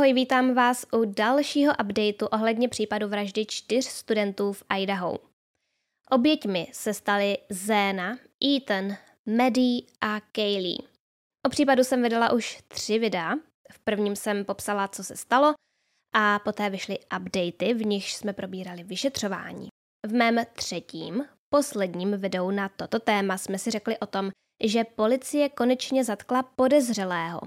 Ahoj, vítám vás u dalšího updateu ohledně případu vraždy 4 studentů v Idaho. Oběťmi se staly Zena, Ethan, Maddie a Kaylee. O případu jsem vydala už 3 videa. V prvním jsem popsala, co se stalo, a poté vyšly updaty, v nichž jsme probírali vyšetřování. V mém třetím, posledním videu na toto téma jsme si řekli o tom, že policie konečně zatkla podezřelého.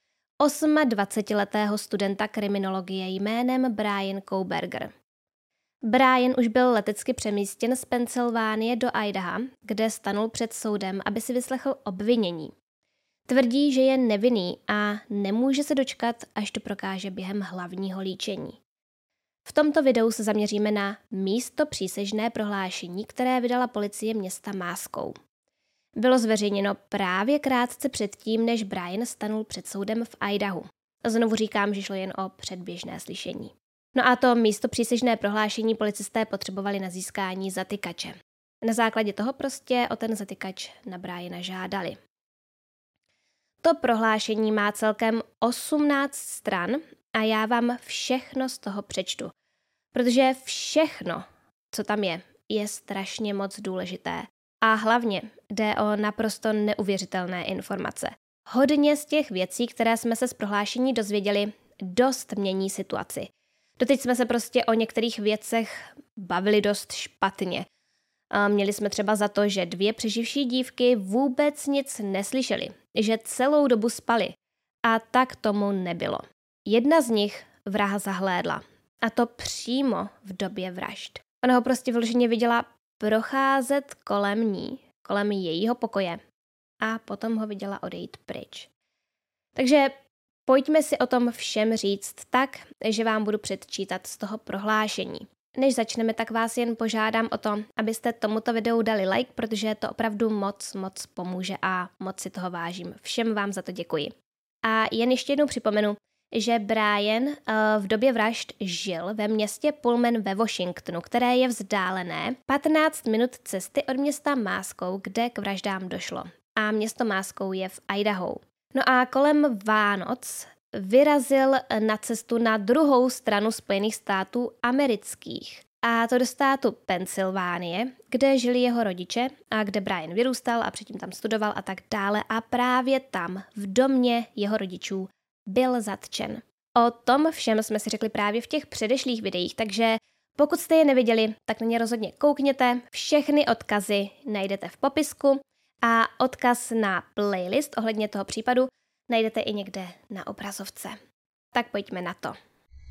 28letého studenta kriminologie jménem Brian Kohberger. Brian už byl letecky přemístěn z Pensylvánie do Idaha, kde stanul před soudem, aby si vyslechl obvinění. Tvrdí, že je nevinný a nemůže se dočkat, až to prokáže během hlavního líčení. V tomto videu se zaměříme na místo přísežné prohlášení, které vydala policie města Moscow. Bylo zveřejněno právě krátce předtím, než Brian stanul před soudem v Idahu. Znovu říkám, že šlo jen o předběžné slyšení. No a to místo přísežné prohlášení policisté potřebovali na získání zatykače. Na základě toho prostě o ten zatykač na Briana žádali. To prohlášení má celkem 18 stran a já vám všechno z toho přečtu. Protože všechno, co tam je strašně moc důležité. A hlavně jde o naprosto neuvěřitelné informace. Hodně z těch věcí, které jsme se z prohlášení dozvěděli, dost mění situaci. Doteď jsme se prostě o některých věcech bavili dost špatně. Měli jsme třeba za to, že 2 přeživší dívky vůbec nic neslyšely, že celou dobu spaly. A tak tomu nebylo. Jedna z nich vraha zahlédla. A to přímo v době vražd. Ona ho prostě vyloženě viděla procházet kolem ní, kolem jejího pokoje, a potom ho viděla odejít pryč. Takže pojďme si o tom všem říct tak, že vám budu předčítat z toho prohlášení. Než začneme, tak vás jen požádám o to, abyste tomuto videu dali like, protože to opravdu moc pomůže a moc si toho vážím. Všem vám za to děkuji. A jen ještě jednou připomenu, že Brian v době vražd žil ve městě Pullman ve Washingtonu, které je vzdálené 15 minut cesty od města Moscow, kde k vraždám došlo. A město Moscow je v Idaho. No a kolem Vánoc vyrazil na cestu na druhou stranu Spojených států amerických. A to do státu Pensylvánie, kde žili jeho rodiče a kde Brian vyrůstal a předtím tam studoval a tak dále. A právě tam, v domě jeho rodičů, byl zatčen. O tom všem jsme si řekli právě v těch předešlých videích, takže pokud jste je neviděli, tak na ně rozhodně koukněte. Všechny odkazy najdete v popisku a odkaz na playlist ohledně toho případu najdete i někde na obrazovce. Tak pojďme na to.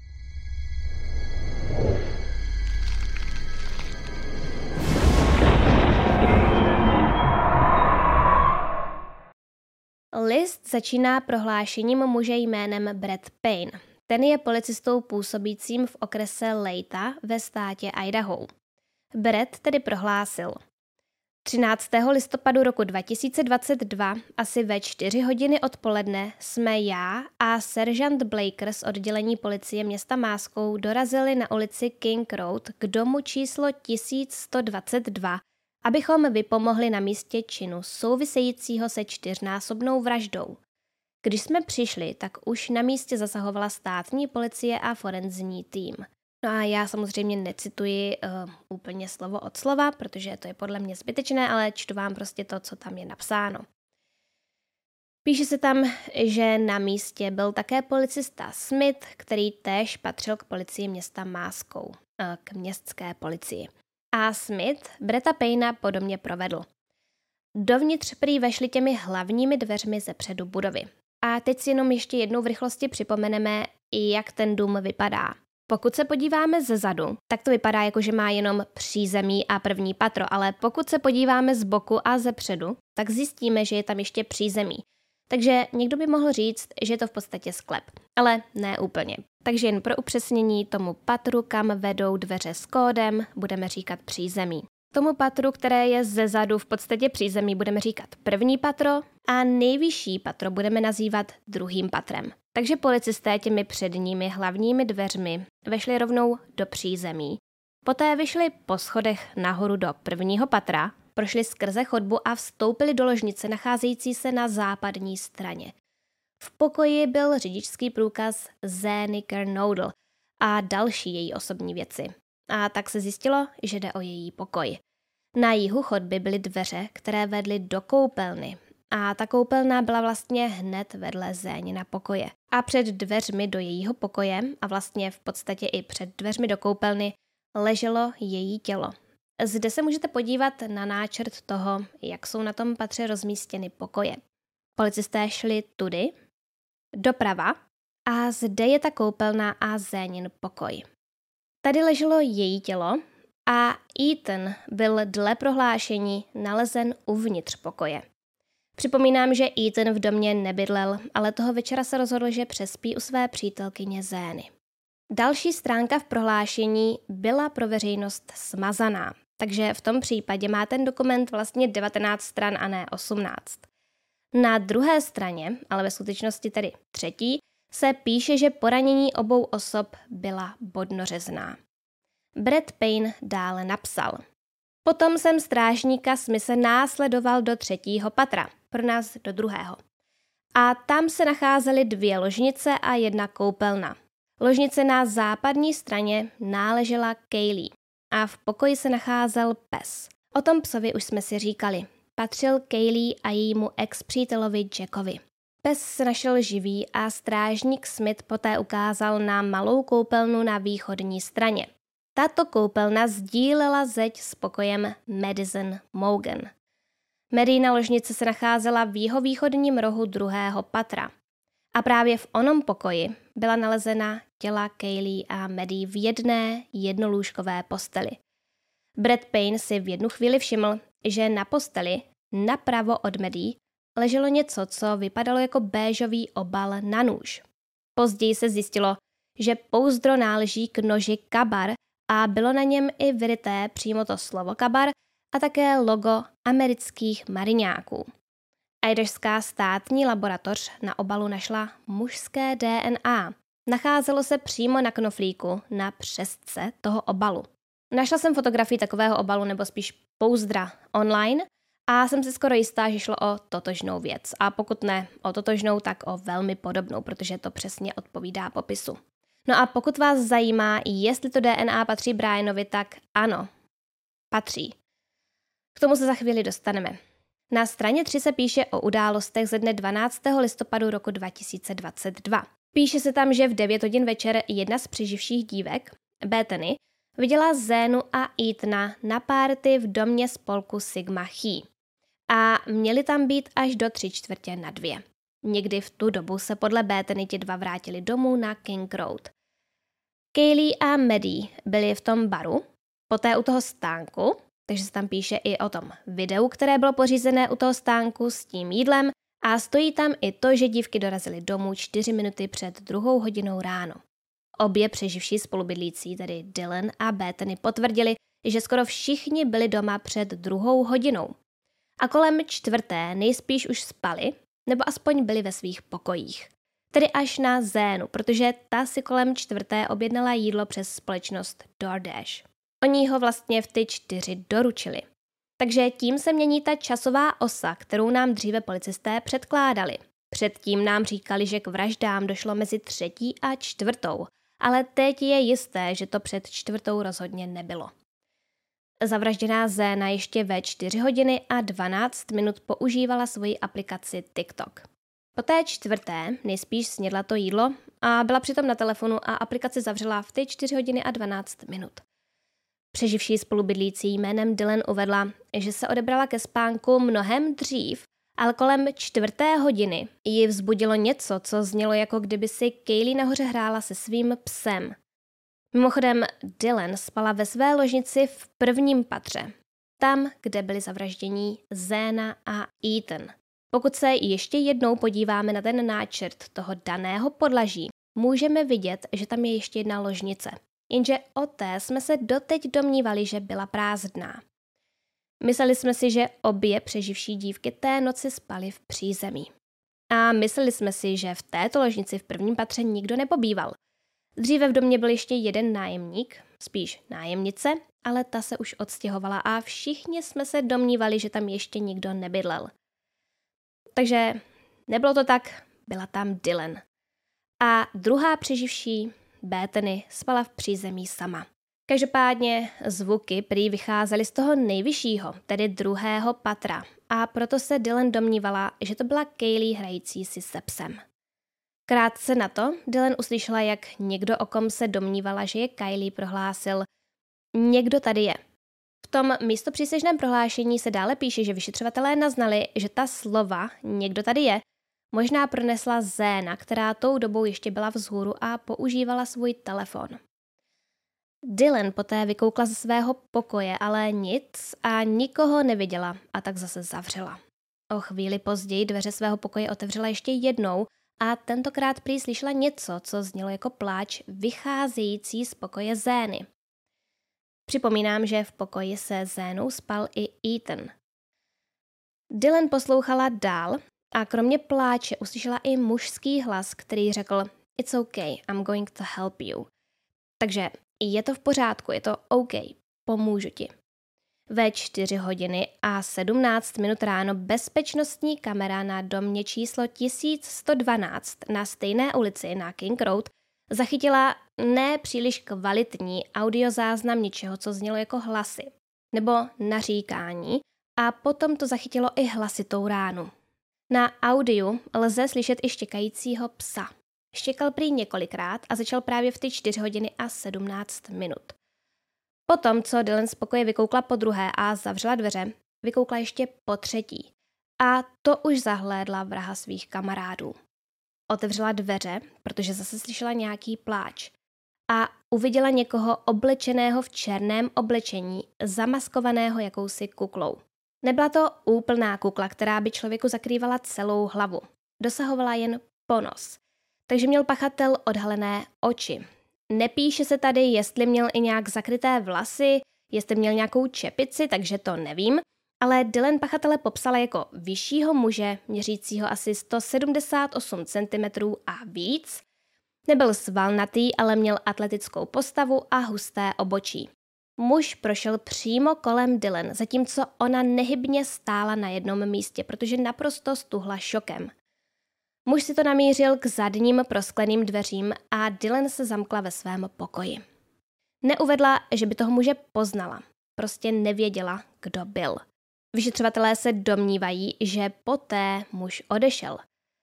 List začíná prohlášením muže jménem Brett Payne. Ten je policistou působícím v okrese Leyta ve státě Idaho. Brett tedy prohlásil: 13. listopadu roku 2022, asi ve 4 hodiny odpoledne, jsme já a seržant Blaker z oddělení policie města Moscow dorazili na ulici King Road k domu číslo 1122, abychom vypomohli na místě činu souvisejícího se 4násobnou vraždou. Když jsme přišli, tak už na místě zasahovala státní policie a forenzní tým. No a já samozřejmě necituji úplně slovo od slova, protože to je podle mě zbytečné, ale čtu vám prostě to, co tam je napsáno. Píše se tam, že na místě byl také policista Smith, který též patřil k policii města Moscow, k městské policii. A Smith Bretta Payna po domě provedl. Dovnitř prý vešli těmi hlavními dveřmi ze předu budovy. A teď si jenom ještě jednou v rychlosti připomeneme, jak ten dům vypadá. Pokud se podíváme ze zadu, tak to vypadá jako, že má jenom přízemí a první patro, ale pokud se podíváme z boku a ze předu, tak zjistíme, že je tam ještě přízemí. Takže někdo by mohl říct, že je to v podstatě sklep, ale ne úplně. Takže jen pro upřesnění, tomu patru, kam vedou dveře s kódem, budeme říkat přízemí. Tomu patru, které je ze zadu v podstatě přízemí, budeme říkat první patro a nejvyšší patro budeme nazývat druhým patrem. Takže policisté těmi předními hlavními dveřmi vešli rovnou do přízemí. Poté vyšli po schodech nahoru do prvního patra, prošli skrze chodbu a vstoupili do ložnice nacházející se na západní straně. V pokoji byl řidičský průkaz Zény Kernodle a další její osobní věci. A tak se zjistilo, že jde o její pokoj. Na jihu chodby byly dveře, které vedly do koupelny. A ta koupelna byla vlastně hned vedle Zénina pokoje. A před dveřmi do jejího pokoje a vlastně v podstatě i před dveřmi do koupelny leželo její tělo. Zde se můžete podívat na náčrt toho, jak jsou na tom patře rozmístěny pokoje. Policisté šli tudy, doprava a zde je ta koupelna a Zénin pokoj. Tady leželo její tělo a Ethan byl dle prohlášení nalezen uvnitř pokoje. Připomínám, že Ethan v domě nebydlel, ale toho večera se rozhodl, že přespí u své přítelkyně Zény. Další stránka v prohlášení byla pro veřejnost smazaná, takže v tom případě má ten dokument vlastně 19 stran a ne 18. Na druhé straně, ale ve skutečnosti tedy třetí, se píše, že poranění obou osob byla bodnořezná. Brad Payne dále napsal: Potom jsem strážníka Smithe následoval do 3. patra, pro nás do 2. A tam se nacházely 2 ložnice a 1 koupelna. Ložnice na západní straně náležela Kaylee a v pokoji se nacházel pes. O tom psovi už jsme si říkali. Patřil Kaylee a jejímu ex-přítelovi Jackovi. Pes se našel živý a strážník Smith poté ukázal na malou koupelnu na východní straně. Tato koupelna sdílela zeď s pokojem Madison Mogan. Maryna ložnice se nacházela v jihovýchodním rohu 2. patra. A právě v onom pokoji byla nalezena těla Kaylee a Maddie v jedné jednolůžkové posteli. Brad Payne si v jednu chvíli všiml, že na posteli napravo od Maddie leželo něco, co vypadalo jako béžový obal na nůž. Později se zjistilo, že pouzdro náleží k noži Kabar a bylo na něm i vyryté přímo to slovo Kabar a také logo amerických mariňáků. Idašská státní laboratoř na obalu našla mužské DNA. Nacházelo se přímo na knoflíku, na přesce toho obalu. Našla jsem fotografii takového obalu, nebo spíš pouzdra, online a jsem si skoro jistá, že šlo o totožnou věc. A pokud ne o totožnou, tak o velmi podobnou, protože to přesně odpovídá popisu. No a pokud vás zajímá, jestli to DNA patří Brianovi, tak ano, patří. K tomu se za chvíli dostaneme. Na straně 3 se píše o událostech ze dne 12. listopadu roku 2022. Píše se tam, že v 9 hodin večer jedna z přeživších dívek, Bethany, viděla Zénu a Ethana na párty v domě spolku Sigma Chi. A měli tam být až do 3:45. Někdy v tu dobu se podle Bethany ti dva vrátili domů na King Road. Kaylee a Maddie byli v tom baru, poté u toho stánku, takže se tam píše i o tom videu, které bylo pořízené u toho stánku s tím jídlem a stojí tam i to, že dívky dorazily domů 4 minuty před 2 hodinou ráno. Obě přeživší spolubydlící, tedy Dylan a Bethany, potvrdili, že skoro všichni byli doma před 2 hodinou. A kolem 4. nejspíš už spali, nebo aspoň byli ve svých pokojích. Tedy až na Zénu, protože ta si kolem 4. objednala jídlo přes společnost DoorDash. Oni ho vlastně v ty 4 doručili. Takže tím se mění ta časová osa, kterou nám dříve policisté předkládali. Předtím nám říkali, že k vraždám došlo mezi 3. a 4., ale teď je jisté, že to před 4. rozhodně nebylo. Zavražděná Zéna ještě ve 4 hodiny a 12 minut používala svoji aplikaci TikTok. Po té 4. nejspíš snědla to jídlo a byla přitom na telefonu a aplikaci zavřela v ty 4 hodiny a 12 minut. Přeživší spolubydlící jménem Dylan uvedla, že se odebrala ke spánku mnohem dřív, ale kolem 4. hodiny ji vzbudilo něco, co znělo, jako kdyby si Kaylee nahoře hrála se svým psem. Mimochodem, Dylan spala ve své ložnici v 1. patře, tam, kde byli zavraždění Zéna a Ethan. Pokud se ještě jednou podíváme na ten náčrt toho daného podlaží, můžeme vidět, že tam je ještě jedna ložnice. Jenže o té jsme se doteď domnívali, že byla prázdná. Mysleli jsme si, že obě přeživší dívky té noci spaly v přízemí. A mysleli jsme si, že v této ložnici v 1. patře nikdo nepobýval. Dříve v domě byl ještě jeden nájemník, spíš nájemnice, ale ta se už odstěhovala a všichni jsme se domnívali, že tam ještě nikdo nebydlel. Takže nebylo to tak, byla tam Dylan. A druhá přeživší, Bethany, spala v přízemí sama. Každopádně zvuky prý vycházely z toho nejvyššího, tedy druhého patra, a proto se Dylan domnívala, že to byla Kaylee hrající si se psem. Krátce na to Dylan uslyšela, jak někdo, o kom se domnívala, že je Kylie, prohlásil: někdo tady je. V tom místopřísežném prohlášení se dále píše, že vyšetřovatelé naznali, že ta slova někdo tady je možná pronesla Zéna, která tou dobou ještě byla vzhůru a používala svůj telefon. Dylan poté vykoukla ze svého pokoje, ale nic a nikoho neviděla a tak zase zavřela. O chvíli později dveře svého pokoje otevřela ještě jednou a tentokrát prý slyšela něco, co znělo jako pláč vycházející z pokoje Zény. Připomínám, že v pokoji se Zénou spal i Ethan. Dylan poslouchala dál a kromě pláče uslyšela i mužský hlas, který řekl: It's okay, I'm going to help you. Takže je to v pořádku, je to OK, pomůžu ti. Ve 4 hodiny a 17 minut ráno bezpečnostní kamera na domě číslo 1112 na stejné ulici na King Road zachytila nepříliš kvalitní audiozáznam něčeho, co znělo jako hlasy nebo naříkání, a potom to zachytilo i hlasitou ránu. Na audiu lze slyšet i štěkajícího psa. Štěkal prý několikrát a začal právě v ty 4 hodiny a 17 minut. Potom, co Dylan z pokoje vykoukla podruhé a zavřela dveře, vykoukla ještě po třetí. A to už zahlédla vraha svých kamarádů. Otevřela dveře, protože zase slyšela nějaký pláč. A uviděla někoho oblečeného v černém oblečení, zamaskovaného jakousi kuklou. Nebyla to úplná kukla, která by člověku zakrývala celou hlavu. Dosahovala jen po nos. Takže měl pachatel odhalené oči. Nepíše se tady, jestli měl i nějak zakryté vlasy, jestli měl nějakou čepici, takže to nevím, ale Dylan pachatele popsala jako vyššího muže, měřícího asi 178 cm a víc. Nebyl svalnatý, ale měl atletickou postavu a husté obočí. Muž prošel přímo kolem Dylan, zatímco ona nehybně stála na jednom místě, protože naprosto stuhla šokem. Muž si to namířil k zadním proskleným dveřím a Dylan se zamkla ve svém pokoji. Neuvedla, že by toho muže poznala. Prostě nevěděla, kdo byl. Vyšetřovatelé se domnívají, že poté muž odešel.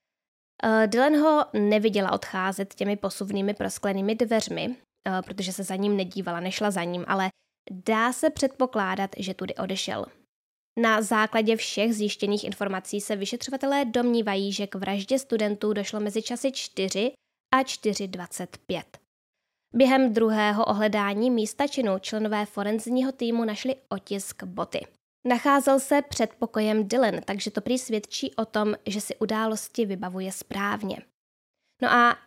Dylan ho neviděla odcházet těmi posuvnými prosklenými dveřmi, protože se za ním nedívala, nešla za ním, ale dá se předpokládat, že tudy odešel. Na základě všech zjištěných informací se vyšetřovatelé domnívají, že k vraždě studentů došlo mezi časy 4 a 4:25. Během druhého ohledání místa činu členové forenzního týmu našli otisk boty. Nacházel se před pokojem Dylan, takže to prý svědčí o tom, že si události vybavuje správně. No a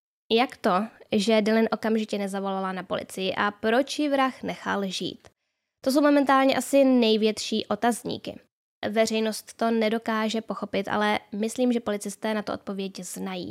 jak to, že Dylan okamžitě nezavolala na policii a proč ji vrah nechal žít? To jsou momentálně asi největší otazníky. Veřejnost to nedokáže pochopit, ale myslím, že policisté na to odpověď znají.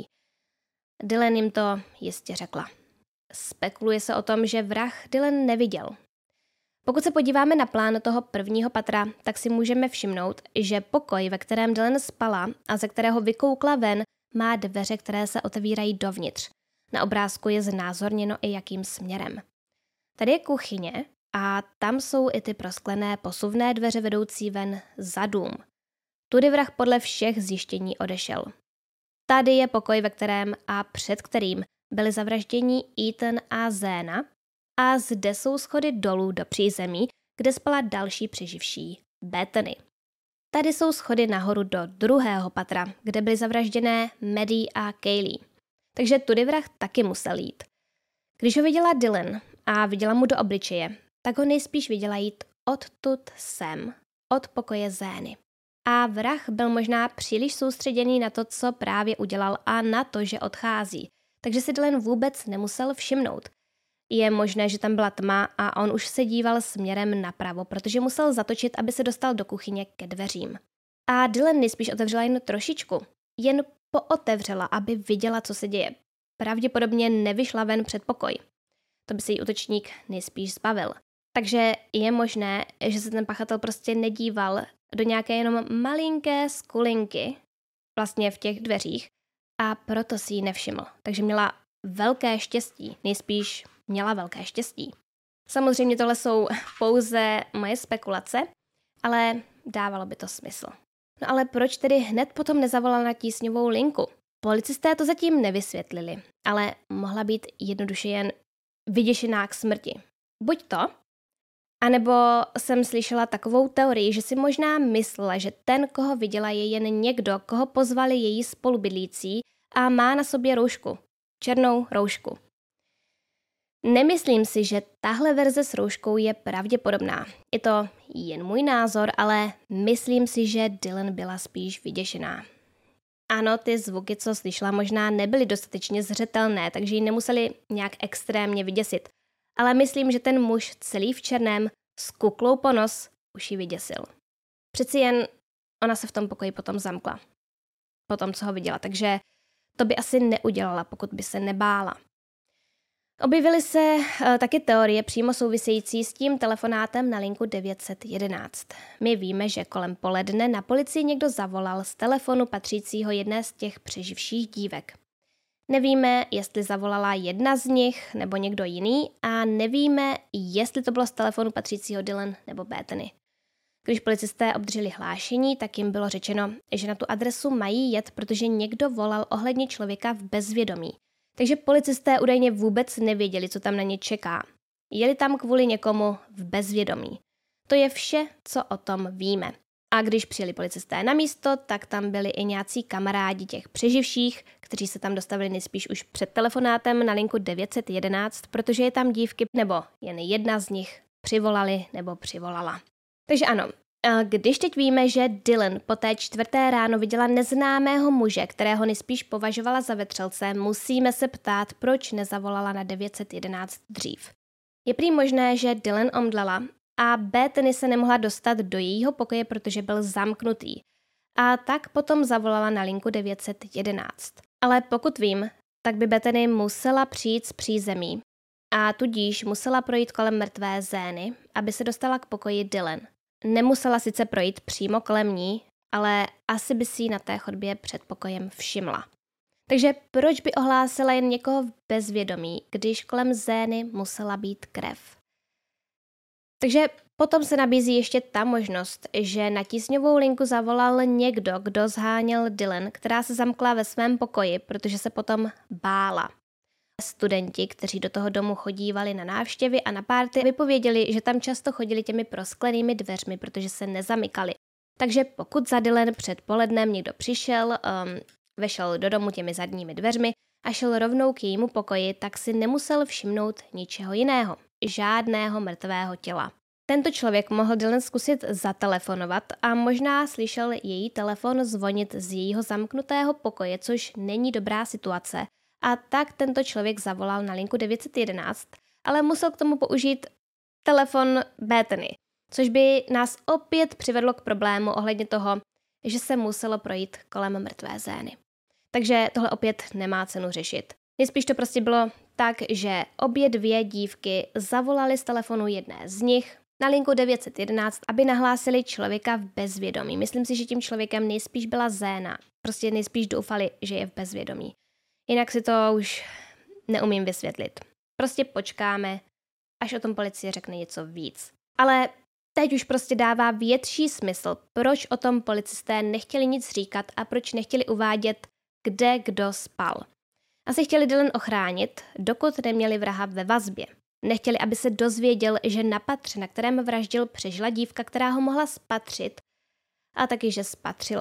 Dylan jim to jistě řekla. Spekuluje se o tom, že vrah Dylan neviděl. Pokud se podíváme na plán toho prvního patra, tak si můžeme všimnout, že pokoj, ve kterém Dylan spala a ze kterého vykoukla ven, má dveře, které se otevírají dovnitř. Na obrázku je znázorněno i jakým směrem. Tady je kuchyně a tam jsou i ty prosklené posuvné dveře vedoucí ven za dům. Tudy vrah podle všech zjištění odešel. Tady je pokoj, ve kterém a před kterým byli zavražděni Ethan a Zéna, a zde jsou schody dolů do přízemí, kde spala další přeživší, Bethany. Tady jsou schody nahoru do druhého patra, kde byly zavražděné Maddie a Kaylee. Takže tudy vrah taky musel jít. Když ho viděla Dylan a viděla mu do obličeje, tak ho nejspíš viděla jít odtud sem, od pokoje Zény. A vrah byl možná příliš soustředěný na to, co právě udělal, a na to, že odchází, takže si Dylan vůbec nemusel všimnout. Je možné, že tam byla tma a on už se díval směrem napravo, protože musel zatočit, aby se dostal do kuchyně ke dveřím. A Dylan nejspíš otevřela jen trošičku, jen pootevřela, aby viděla, co se děje. Pravděpodobně nevyšla ven před pokoj. To by se jí útočník nejspíš zbavil. Takže je možné, že se ten pachatel prostě nedíval do nějaké jenom malinké skulinky, vlastně v těch dveřích, a proto si ji nevšiml. Takže měla velké štěstí, nejspíš měla velké štěstí. Samozřejmě tohle jsou pouze moje spekulace, ale dávalo by to smysl. No ale proč tedy hned potom nezavolal na tísňovou linku? Policisté to zatím nevysvětlili, ale mohla být jednoduše jen vyděšená k smrti. Buď to, anebo jsem slyšela takovou teorii, že si možná myslela, že ten, koho viděla, je jen někdo, koho pozvali její spolubydlící a má na sobě roušku. Černou roušku. Nemyslím si, že tahle verze s rouškou je pravděpodobná. Je to jen můj názor, ale myslím si, že Dylan byla spíš vyděšená. Ano, ty zvuky, co slyšela, možná nebyly dostatečně zřetelné, takže ji nemuseli nějak extrémně vyděsit. Ale myslím, že ten muž celý v černém s kuklou po nos už ji vyděsil. Přeci jen ona se v tom pokoji potom zamkla. Po tom, co ho viděla, takže to by asi neudělala, pokud by se nebála. Objevily se taky teorie přímo související s tím telefonátem na linku 911. My víme, že kolem poledne na policii někdo zavolal z telefonu patřícího jedné z těch přeživších dívek. Nevíme, jestli zavolala jedna z nich nebo někdo jiný a nevíme, jestli to bylo z telefonu patřícího Dylan nebo Bethany. Když policisté obdrželi hlášení, tak jim bylo řečeno, že na tu adresu mají jet, protože někdo volal ohledně člověka v bezvědomí. Takže policisté údajně vůbec nevěděli, co tam na ně čeká. Jeli tam kvůli někomu v bezvědomí. To je vše, co o tom víme. A když přijeli policisté na místo, tak tam byli i nějací kamarádi těch přeživších, kteří se tam dostavili nejspíš už před telefonátem na linku 911, protože je tam dívky nebo jen jedna z nich přivolali nebo přivolala. Takže ano, když teď víme, že Dylan po té 4. ráno viděla neznámého muže, kterého nejspíš považovala za vetřelce, musíme se ptát, proč nezavolala na 911 dřív. Je prý možné, že Dylan omdlela a Bethany se nemohla dostat do jejího pokoje, protože byl zamknutý. A tak potom zavolala na linku 911. Ale pokud vím, tak by Bethany musela přijít z přízemí a tudíž musela projít kolem mrtvé Zény, aby se dostala k pokoji Dylan. Nemusela sice projít přímo kolem ní, ale asi by si ji na té chodbě před pokojem všimla. Takže proč by ohlásila jen někoho v bezvědomí, když kolem Zény musela být krev? Takže potom se nabízí ještě ta možnost, že na tísňovou linku zavolal někdo, kdo zháněl Dylan, která se zamkla ve svém pokoji, protože se potom bála. Studenti, kteří do toho domu chodívali na návštěvy a na párty, vypověděli, že tam často chodili těmi prosklenými dveřmi, protože se nezamykali. Takže pokud za Dylan před polednem někdo přišel, vešel do domu těmi zadními dveřmi a šel rovnou k jejímu pokoji, tak si nemusel všimnout ničeho jiného, žádného mrtvého těla. Tento člověk mohl Dylan zkusit zatelefonovat a možná slyšel její telefon zvonit z jejího zamknutého pokoje, což není dobrá situace. A tak tento člověk zavolal na linku 911, ale musel k tomu použít telefon Bethany, což by nás opět přivedlo k problému ohledně toho, že se muselo projít kolem mrtvé Zény. Takže tohle opět nemá cenu řešit. Nejspíš to prostě bylo tak, že obě dvě dívky zavolali z telefonu jedné z nich na linku 911, aby nahlásili člověka v bezvědomí. Myslím si, že tím člověkem nejspíš byla Zéna. Prostě nejspíš doufali, že je v bezvědomí. Jinak si to už neumím vysvětlit. Prostě počkáme, až o tom policie řekne něco víc. Ale teď už prostě dává větší smysl, proč o tom policisté nechtěli nic říkat a proč nechtěli uvádět, kde kdo spal. Asi chtěli Dylan ochránit, dokud neměli vraha ve vazbě. Nechtěli, aby se dozvěděl, že na patře, na kterém vraždil, přežila dívka, která ho mohla spatřit, a taky, že spatřila.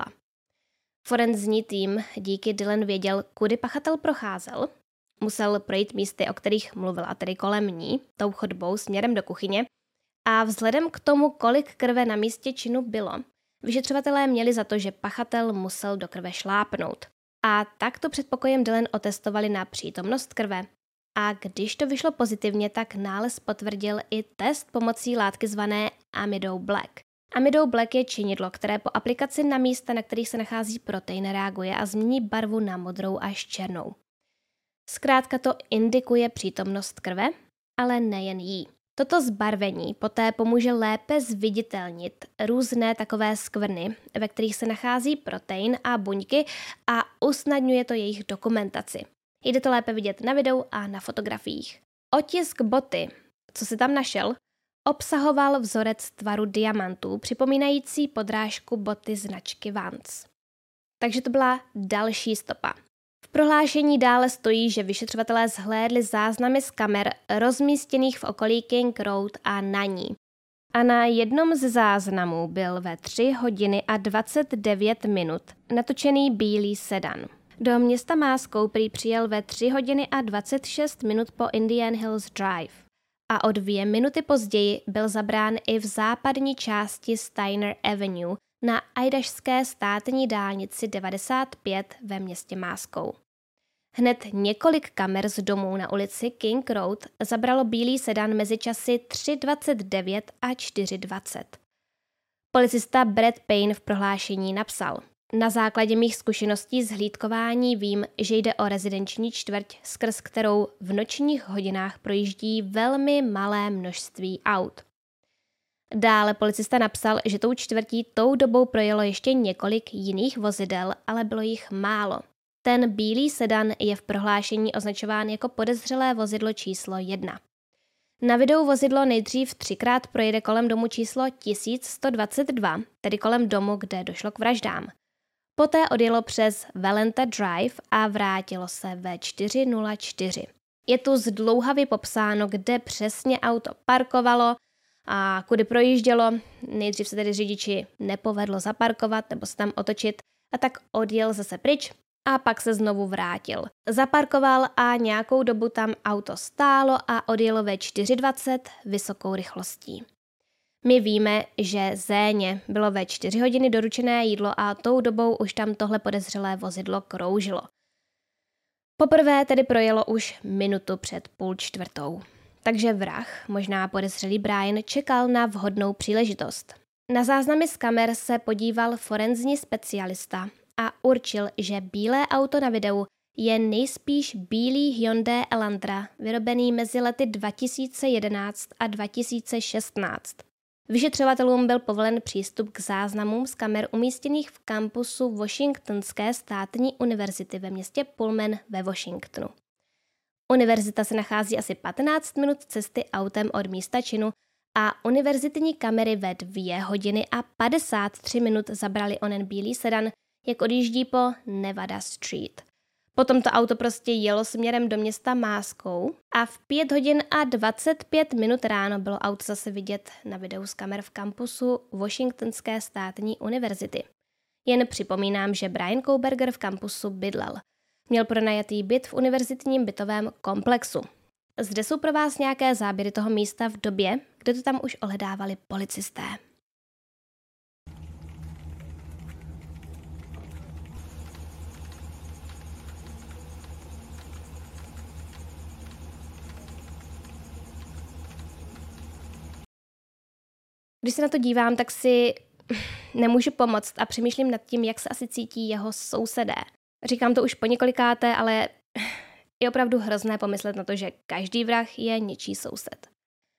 Forenzní tým díky Dylan věděl, kudy pachatel procházel. Musel projít místy, o kterých mluvila, tedy kolem ní, tou chodbou směrem do kuchyně. A vzhledem k tomu, kolik krve na místě činu bylo, vyšetřovatelé měli za to, že pachatel musel do krve šlápnout. A takto před pokojem Dylan otestovali na přítomnost krve. A když to vyšlo pozitivně, tak nález potvrdil i test pomocí látky zvané Amidou Black. Amidou Black je činidlo, které po aplikaci na místa, na kterých se nachází protein, reaguje a změní barvu na modrou až černou. Zkrátka to indikuje přítomnost krve, ale nejen jí. Toto zbarvení poté pomůže lépe zviditelnit různé takové skvrny, ve kterých se nachází protein a buňky a usnadňuje to jejich dokumentaci. Jde to lépe vidět na videu a na fotografiích. Otisk boty, co se tam našel, obsahoval vzorec tvaru diamantů, připomínající podrážku boty značky Vans. Takže to byla další stopa. V prohlášení dále stojí, že vyšetřovatelé zhlédli záznamy z kamer rozmístěných v okolí King Road a na ní. A na jednom z záznamů byl ve 3 hodiny a 29 minut natočený bílý sedan. Do města Moscow prý přijel ve 3 hodiny a 26 minut po Indian Hills Drive a o 2 minuty později byl zabrán i v západní části Steiner Avenue na Idašské státní dálnici 95 ve městě Moscow. Hned několik kamer z domů na ulici King Road zabralo bílý sedan mezi časy 3:29 a 4:20. Policista Brad Payne v prohlášení napsal: Na základě mých zkušeností z hlídkování vím, že jde o rezidenční čtvrť, skrz kterou v nočních hodinách projíždí velmi malé množství aut. Dále policista napsal, že tou čtvrtí tou dobou projelo ještě několik jiných vozidel, ale bylo jich málo. Ten bílý sedan je v prohlášení označován jako podezřelé vozidlo číslo 1. Na videu vozidlo nejdřív 3krát projede kolem domu číslo 1122, tedy kolem domu, kde došlo k vraždám. Poté odjelo přes Valenta Drive a vrátilo se ve 4:04. Je tu zdlouhavě popsáno, kde přesně auto parkovalo a kudy projíždělo. Nejdřív se tedy řidiči nepovedlo zaparkovat nebo se tam otočit a tak odjel zase pryč a pak se znovu vrátil. Zaparkoval a nějakou dobu tam auto stálo a odjelo ve 4:20 vysokou rychlostí. My víme, že Zéně bylo ve 4 hodiny doručené jídlo a tou dobou už tam tohle podezřelé vozidlo kroužilo. Poprvé tedy projelo už minutu před 3:30. Takže vrah, možná podezřelý Brian, čekal na vhodnou příležitost. Na záznamy z kamer se podíval forenzní specialista a určil, že bílé auto na videu je nejspíš bílý Hyundai Elantra, vyrobený mezi lety 2011 a 2016. Vyšetřovatelům byl povolen přístup k záznamům z kamer umístěných v kampusu Washingtonské státní univerzity ve městě Pullman ve Washingtonu. Univerzita se nachází asi 15 minut cesty autem od místa činu a univerzitní kamery ve 2 hodiny a 53 minut zabrali onen bílý sedan, jak odjíždí po Nevada Street. Potom to auto prostě jelo směrem do města Moscow a v 5 hodin a 25 minut ráno bylo auto zase vidět na videu z kamer v kampusu Washingtonské státní univerzity. Jen připomínám, že Brian Kohberger v kampusu bydlel. Měl pronajatý byt v univerzitním bytovém komplexu. Zde jsou pro vás nějaké záběry toho místa v době, kdy to tam už ohledávali policisté. Když se na to dívám, tak si nemůžu pomoct a přemýšlím nad tím, jak se asi cítí jeho sousedé. Říkám to už po několikáté, ale je opravdu hrozné pomyslet na to, že každý vrah je něčí soused.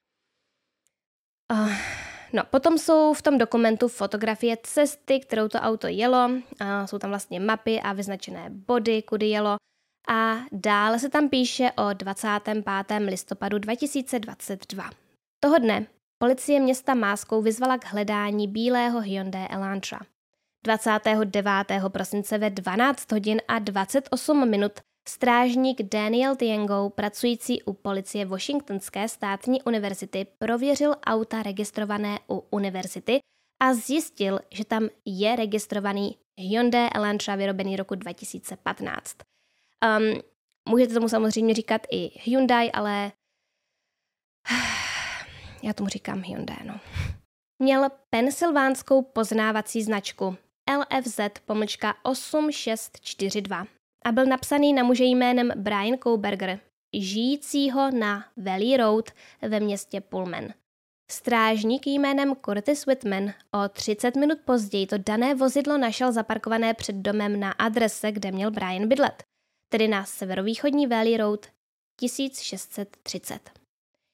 Potom jsou v tom dokumentu fotografie cesty, kterou to auto jelo, jsou tam vlastně mapy a vyznačené body, kudy jelo a dále se tam píše o 25. listopadu 2022. Toho dne policie města Moscow vyzvala k hledání bílého Hyundai Elantra. 29. prosince ve 12 hodin a 28 minut strážník Daniel Tiengo, pracující u policie Washingtonské státní univerzity, prověřil auta registrované u univerzity a zjistil, že tam je registrovaný Hyundai Elantra vyrobený roku 2015. Můžete tomu samozřejmě říkat i Hyundai, ale já tomu říkám Hyundai, no. Měl pensylvánskou poznávací značku LFZ-8642 a byl napsaný na muže jménem Brian Kohberger, žijícího na Valley Road ve městě Pullman. Strážník jménem Curtis Whitman o 30 minut později to dané vozidlo našel zaparkované před domem na adrese, kde měl Brian bydlet, tedy na severovýchodní Valley Road 1630.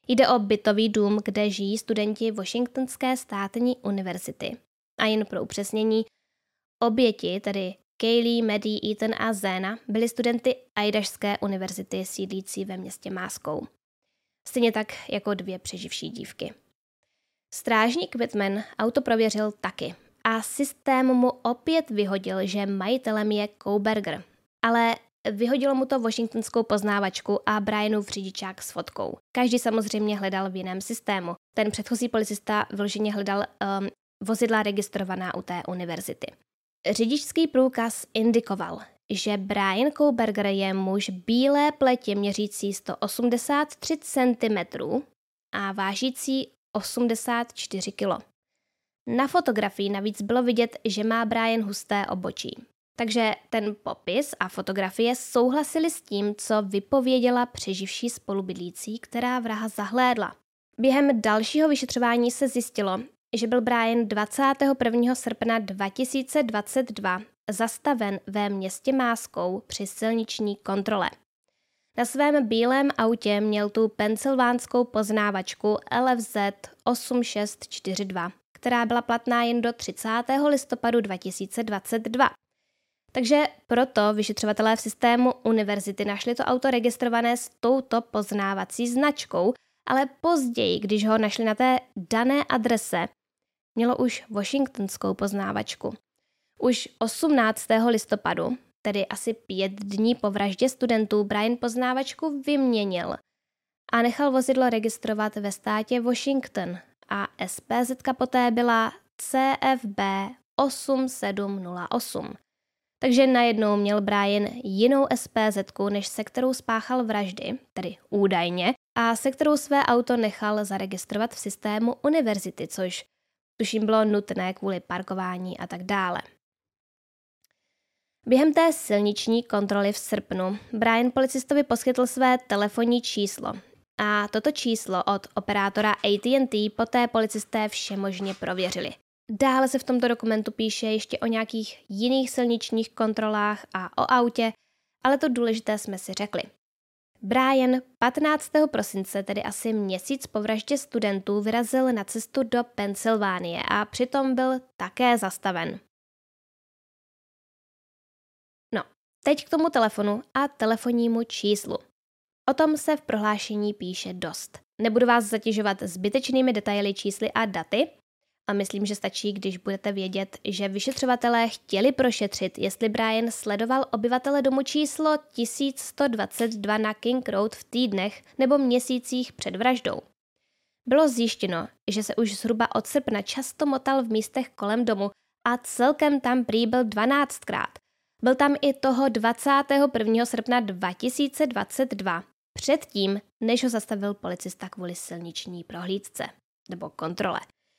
Jde o bytový dům, kde žijí studenti Washingtonské státní univerzity. A jen pro upřesnění, oběti, tedy Kaylee, Maddie, Ethan a Zena, byli studenty Idashské univerzity sídlící ve městě Moscow. Stejně tak jako 2 přeživší dívky. Strážník Whitman auto prověřil taky a systém mu opět vyhodil, že majitelem je Kohberger. Ale vyhodilo mu to washingtonskou poznávačku a Brianův řidičák s fotkou. Každý samozřejmě hledal v jiném systému. Ten předchozí policista vyloženě hledal vozidla registrovaná u té univerzity. Řidičský průkaz indikoval, že Brian Kohberger je muž bílé pleti měřící 183 cm a vážící 84 kg. Na fotografii navíc bylo vidět, že má Brian husté obočí. Takže ten popis a fotografie souhlasily s tím, co vypověděla přeživší spolubydlící, která vraha zahlédla. Během dalšího vyšetřování se zjistilo, že byl Brian 21. srpna 2022 zastaven ve městě Moscow při silniční kontrole. Na svém bílém autě měl tu pensylvánskou poznávačku LFZ 8642, která byla platná jen do 30. listopadu 2022. Takže proto vyšetřovatelé v systému univerzity našli to auto registrované s touto poznávací značkou, ale později, když ho našli na té dané adrese, mělo už washingtonskou poznávačku. Už 18. listopadu, tedy asi 5 dní po vraždě studentů, Brian poznávačku vyměnil a nechal vozidlo registrovat ve státě Washington a SPZ poté byla CFB 8708. Takže najednou měl Brian jinou SPZ-ku, než se kterou spáchal vraždy, tedy údajně, a se kterou své auto nechal zaregistrovat v systému univerzity, což tuším bylo nutné kvůli parkování a tak dále. Během té silniční kontroly v srpnu Brian policistovi poskytl své telefonní číslo a toto číslo od operátora AT&T poté policisté všemožně prověřili. Dále se v tomto dokumentu píše ještě o nějakých jiných silničních kontrolách a o autě, ale to důležité jsme si řekli. Brian 15. prosince, tedy asi měsíc po vraždě studentů, vyrazil na cestu do Pensylvánie a přitom byl také zastaven. No, teď k tomu telefonu a telefonnímu číslu. O tom se v prohlášení píše dost. Nebudu vás zatěžovat zbytečnými detaily, čísly a daty, a myslím, že stačí, když budete vědět, že vyšetřovatelé chtěli prošetřit, jestli Brian sledoval obyvatele domu číslo 1122 na King Road v týdnech nebo měsících před vraždou. Bylo zjištěno, že se už zhruba od srpna často motal v místech kolem domu a celkem tam prý byl 12krát. Byl tam i toho 21. srpna 2022, předtím, než ho zastavil policista kvůli silniční prohlídce nebo kontrole.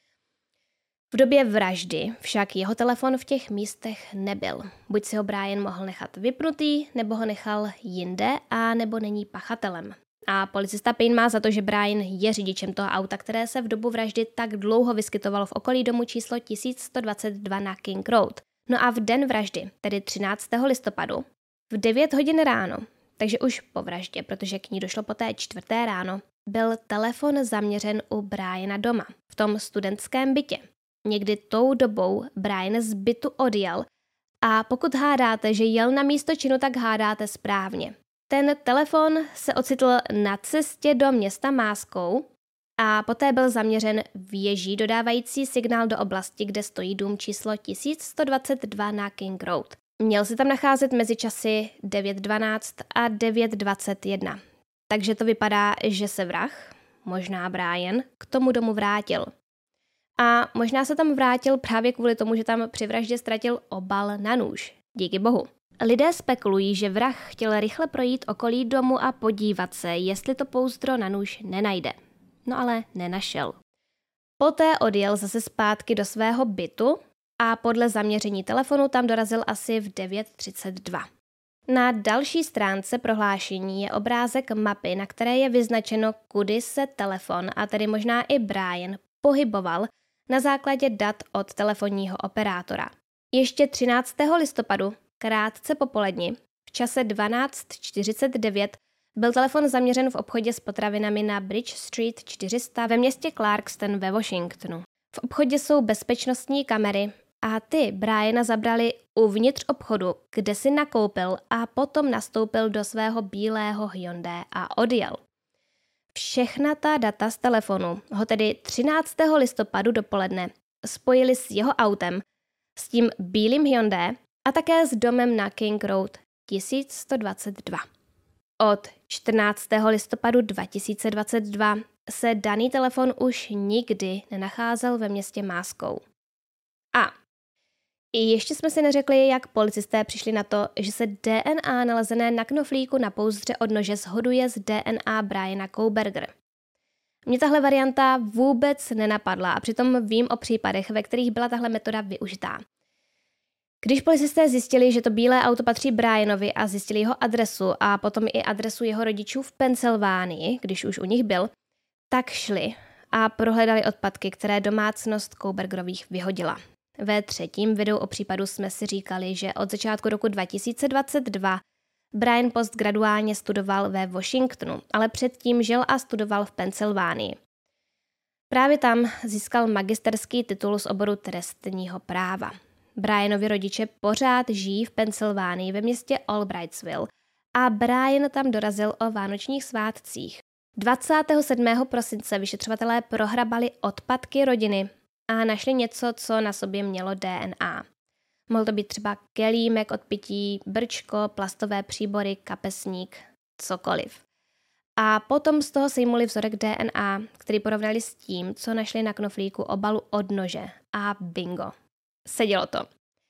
V době vraždy však jeho telefon v těch místech nebyl. Buď si ho Brian mohl nechat vypnutý, nebo ho nechal jinde, a nebo není pachatelem. A policista Payne má za to, že Brian je řidičem toho auta, které se v dobu vraždy tak dlouho vyskytovalo v okolí domu číslo 1122 na King Road. No a v den vraždy, tedy 13. listopadu, v 9 hodin ráno, takže už po vraždě, protože k ní došlo poté 4. ráno, byl telefon zaměřen u Briana doma, v tom studentském bytě. Někdy tou dobou Brian z bytu odjel a pokud hádáte, že jel na místo činu, tak hádáte správně. Ten telefon se ocitl na cestě do města Moscow a poté byl zaměřen věží dodávající signál do oblasti, kde stojí dům číslo 1122 na King Road. Měl se tam nacházet mezi časy 9:12 a 9:21. Takže to vypadá, že se vrah, možná Brian, k tomu domu vrátil. A možná se tam vrátil právě kvůli tomu, že tam při vraždě ztratil obal na nůž. Díky bohu. Lidé spekulují, že vrah chtěl rychle projít okolí domu a podívat se, jestli to pouzdro na nůž nenajde. No ale nenašel. Poté odjel zase zpátky do svého bytu a podle zaměření telefonu tam dorazil asi v 9:32. Na další stránce prohlášení je obrázek mapy, na které je vyznačeno, kudy se telefon, a tedy možná i Brian, pohyboval na základě dat od telefonního operátora. Ještě 13. listopadu, krátce po poledni, v čase 12:49, Byl telefon zaměřen v obchodě s potravinami na Bridge Street 400 ve městě Clarkston ve Washingtonu. V obchodě jsou bezpečnostní kamery a ty Briana zabrali uvnitř obchodu, kde si nakoupil a potom nastoupil do svého bílého Hyundai a odjel. Všechna ta data z telefonu ho tedy 13. listopadu dopoledne spojili s jeho autem, s tím bílým Hyundai a také s domem na King Road 1122. Od 14. listopadu 2022 se daný telefon už nikdy nenacházel ve městě Moscow. A ještě jsme si neřekli, jak policisté přišli na to, že se DNA nalezené na knoflíku na pouzdře od nože shoduje s DNA Briana Kohbergera. Mě tahle varianta vůbec nenapadla a přitom vím o případech, ve kterých byla tahle metoda využitá. Když policisté zjistili, že to bílé auto patří Brianovi a zjistili jeho adresu a potom i adresu jeho rodičů v Pensylvánii, když už u nich byl, tak šli a prohledali odpadky, které domácnost Kohbergerových vyhodila. Ve třetím videu o případu jsme si říkali, že od začátku roku 2022 Brian postgraduálně studoval ve Washingtonu, ale předtím žil a studoval v Pensylvánii. Právě tam získal magisterský titul z oboru trestního práva. Brianovi rodiče pořád žijí v Pensylvánii ve městě Albrightsville a Brian tam dorazil o vánočních svátcích. 27. prosince vyšetřovatelé prohrabali odpadky rodiny a našli něco, co na sobě mělo DNA. Mohl to být třeba kelímek od pití, brčko, plastové příbory, kapesník, cokoliv. A potom z toho sejmuli vzorek DNA, který porovnali s tím, co našli na knoflíku obalu od nože. A bingo. Sedělo to.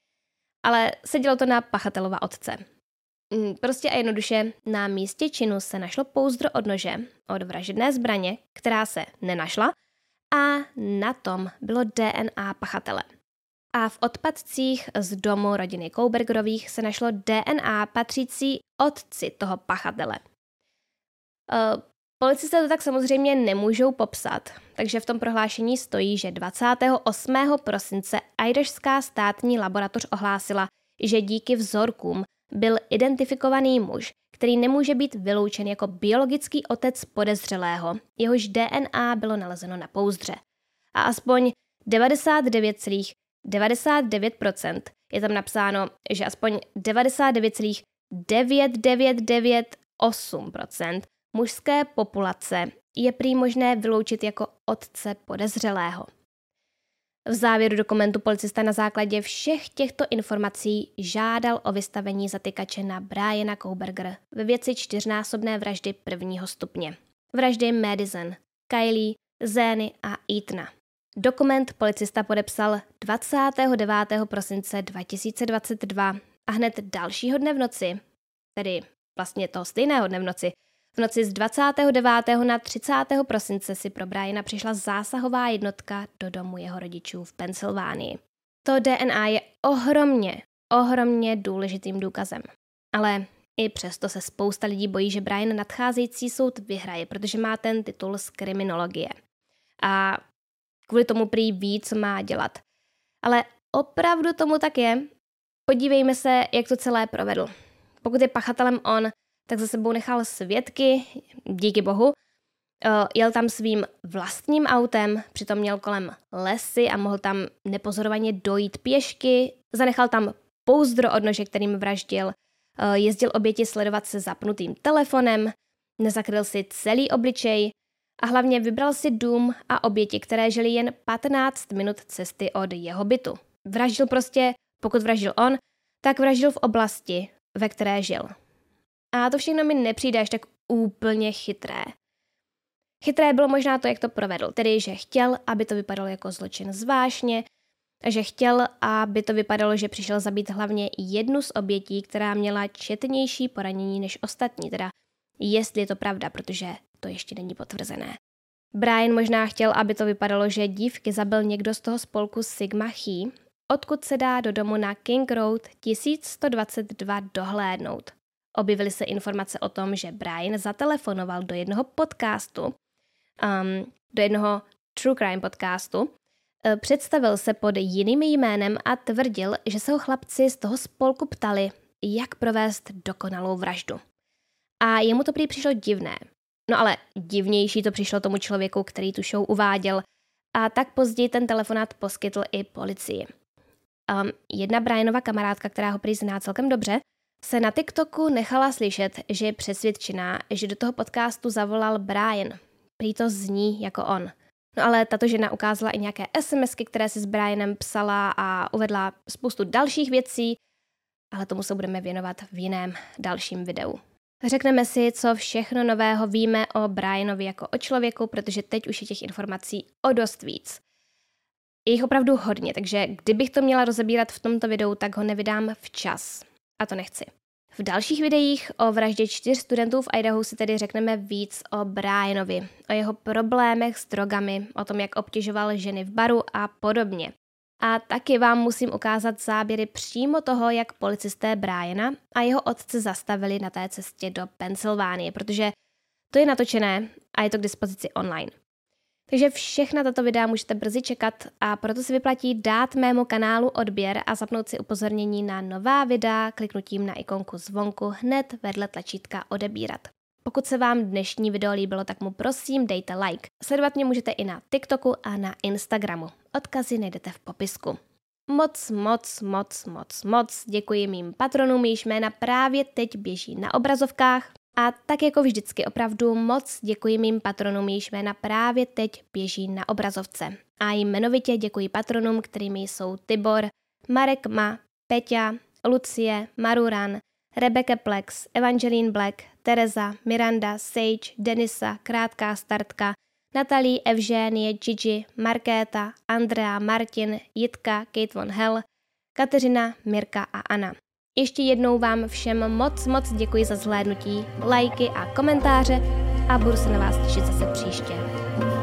Ale sedělo to na pachatelova otce. Prostě a jednoduše na místě činu se našlo pouzdro od nože od vražedné zbraně, která se nenašla, a na tom bylo DNA pachatele. A v odpadcích z domu rodiny Kohbergerových se našlo DNA patřící otci toho pachatele. Policisté to tak samozřejmě nemůžou popsat, takže v tom prohlášení stojí, že 28. prosince Idašská státní laboratoř ohlásila, že díky vzorkům byl identifikovaný muž, který nemůže být vyloučen jako biologický otec podezřelého, jehož DNA bylo nalezeno na pouzdře. A aspoň 99,99% je tam napsáno, že aspoň 99,9998% mužské populace je prý možné vyloučit jako otce podezřelého. V závěru dokumentu policista na základě všech těchto informací žádal o vystavení zatykače na Briana Kohbergera ve věci 4násobné vraždy prvního stupně. Vraždy Madison, Kylie, Zeny a Ethana. Dokument policista podepsal 29. prosince 2022 a hned dalšího dne v noci, tedy vlastně toho stejného dne v noci z 29. na 30. prosince si pro Briana přišla zásahová jednotka do domu jeho rodičů v Pensylvánii. To DNA je ohromně důležitým důkazem. Ale i přesto se spousta lidí bojí, že Brian nadcházející soud vyhraje, protože má ten titul z kriminologie. A kvůli tomu prý ví, co má dělat. Ale opravdu tomu tak je. Podívejme se, jak to celé provedl. Pokud je pachatelem on, tak za sebou nechal svědky, díky bohu, jel tam svým vlastním autem, přitom měl kolem lesy a mohl tam nepozorovaně dojít pěšky, zanechal tam pouzdro od nože, kterým vraždil, jezdil oběti sledovat se zapnutým telefonem, nezakryl si celý obličej a hlavně vybral si dům a oběti, které žili jen 15 minut cesty od jeho bytu. Vraždil prostě, pokud vraždil on, tak vraždil v oblasti, ve které žil. A to všechno mi nepřijde až tak úplně chytré. Chytré bylo možná to, jak to provedl, tedy že chtěl, aby to vypadalo jako zločin z vášně, že chtěl, aby to vypadalo, že přišel zabít hlavně jednu z obětí, která měla četnější poranění než ostatní, teda jestli je to pravda, protože to ještě není potvrzené. Brian možná chtěl, aby to vypadalo, že dívky zabil někdo z toho spolku Sigma Chi, odkud se dá do domu na King Road 1122 dohlédnout. Objevily se informace o tom, že Brian zatelefonoval do jednoho podcastu, do jednoho true crime podcastu, představil se pod jiným jménem a tvrdil, že se ho chlapci z toho spolku ptali, jak provést dokonalou vraždu. A jemu to prý přišlo divné. No ale divnější to přišlo tomu člověku, který tu show uváděl, a tak později ten telefonát poskytl i policii. Jedna Brianova kamarádka, která ho prý zná celkem dobře, se na TikToku nechala slyšet, že je přesvědčená, že do toho podcastu zavolal Brian. Prý to zní jako on. No ale tato žena ukázala i nějaké SMSky, které si s Brianem psala a uvedla spoustu dalších věcí, ale tomu se budeme věnovat v jiném dalším videu. Řekneme si, co všechno nového víme o Brianovi jako o člověku, protože teď už je těch informací o dost víc. Je jich opravdu hodně, takže kdybych to měla rozebírat v tomto videu, tak ho nevydám včas. A to nechci. V dalších videích o vraždě 4 studentů v Idahu si tedy řekneme víc o Brianovi, o jeho problémech s drogami, o tom, jak obtěžoval ženy v baru a podobně. A taky vám musím ukázat záběry přímo toho, jak policisté Briana a jeho otce zastavili na té cestě do Pensylvánie, protože to je natočené a je to k dispozici online. Takže všechna tato videa můžete brzy čekat a proto se vyplatí dát mému kanálu odběr a zapnout si upozornění na nová videa kliknutím na ikonku zvonku hned vedle tlačítka odebírat. Pokud se vám dnešní video líbilo, tak mu prosím dejte like. Sledovat mě můžete i na TikToku a na Instagramu. Odkazy najdete v popisku. Moc děkuji mým patronům, jejichž jména právě teď běží na obrazovkách. A tak jako vždycky opravdu moc děkuji mým patronům, jejichž jména právě teď běží na obrazovce. A jmenovitě děkuji patronům, kterými jsou Tibor, Marek Ma, Peťa, Lucie, Maruran, Rebecca Plex, Evangeline Black, Tereza, Miranda, Sage, Denisa, Krátká startka, Natalie, Evženie, Gigi, Markéta, Andrea, Martin, Jitka, Kate von Hell, Kateřina, Mirka a Anna. Ještě jednou vám všem moc děkuji za zhlédnutí, lajky a komentáře a budu se na vás těšit zase příště.